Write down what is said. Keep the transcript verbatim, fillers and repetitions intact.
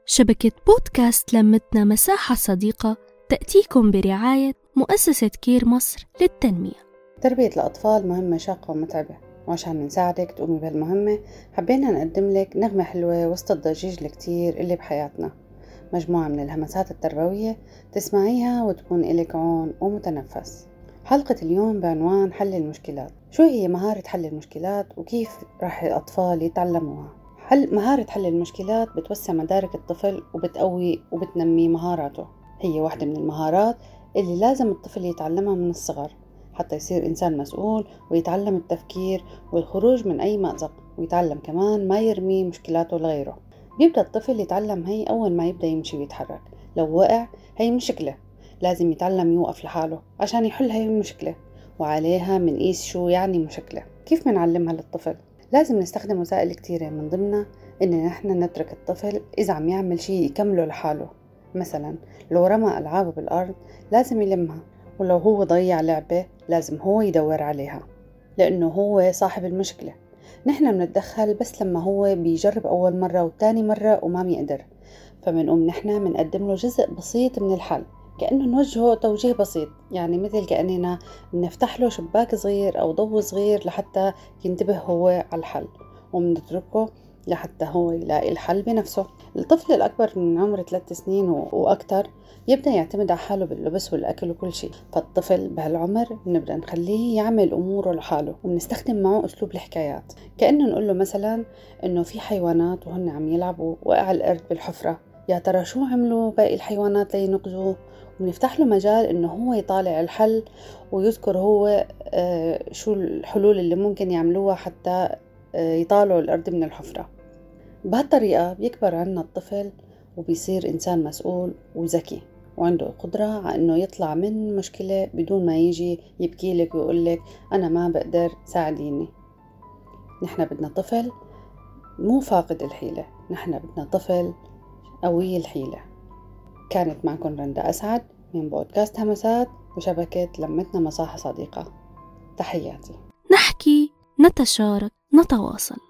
شبكة بودكاست لمتنا مساحة صديقة تأتيكم برعاية مؤسسة كير مصر للتنمية. تربية الأطفال مهمة شاقة ومتعبة، وعشان نساعدك تقومي بهالمهمة حبينا نقدم لك نغمة حلوة وسط الضجيج الكتير اللي بحياتنا، مجموعة من الهمسات التربوية تسمعيها وتكون إلك عون ومتنفس. حلقة اليوم بعنوان حل المشكلات. شو هي مهارة حل المشكلات وكيف راح الأطفال يتعلموها؟ حل مهارة حل المشكلات بتوسع مدارك الطفل وبتقوي وبتنمي مهاراته. هي واحدة من المهارات اللي لازم الطفل يتعلمها من الصغر حتى يصير إنسان مسؤول ويتعلم التفكير والخروج من أي مأزق، ويتعلم كمان ما يرمي مشكلاته لغيره. بيبدأ الطفل يتعلم هي أول ما يبدأ يمشي ويتحرك. لو وقع هي مشكلة، لازم يتعلم يوقف لحاله عشان يحل هاي المشكلة، وعليها منقيس شو يعني مشكلة. كيف منعلمها للطفل؟ لازم نستخدم وسائل كتيرة، من ضمنها إن نحن نترك الطفل إذا عم يعمل شيء يكمله لحاله. مثلا لو رمى ألعابه بالأرض لازم يلمها، ولو هو ضيع لعبة لازم هو يدور عليها، لأنه هو صاحب المشكلة. نحن بنتدخل بس لما هو بيجرب أول مرة وتاني مرة وما بيقدر، فمنقوم نحن بنقدم له جزء بسيط من الحل، كأنه نوجهه توجيه بسيط، يعني مثل كأننا بنفتح له شباك صغير أو ضوء صغير لحتى ينتبه هو على الحل، وبنتركه لحتى هو يلاقي الحل بنفسه. الطفل الأكبر من عمر ثلاث سنين وأكتر يبدأ يعتمد على حاله باللبس والأكل وكل شيء، فالطفل بهالعمر بنبدأ نخليه يعمل أموره لحاله، وبنستخدم معه أسلوب الحكايات، كأنه نقول له مثلا إنه في حيوانات وهن عم يلعبوا وقع القرد بالحفرة، يا ترى شو عملوا باقي الحيوانات لينقذوه؟ ونفتح له مجال إنه هو يطالع الحل ويذكر هو آه شو الحلول اللي ممكن يعملوها حتى آه يطالعوا القرد من الحفرة. بهالطريقة بيكبر عنا الطفل وبيصير إنسان مسؤول وذكي، وعنده قدرة على إنه يطلع من مشكلة بدون ما يجي يبكي لك ويقول لك أنا ما بقدر ساعديني. نحن بدنا طفل مو فاقد الحيلة، نحن بدنا طفل قوي الحيلة. كانت معكم رندا أسعد من بودكاست همسات وشبكة لمتنا مساحة صديقة. تحياتي. نحكي، نتشارك، نتواصل.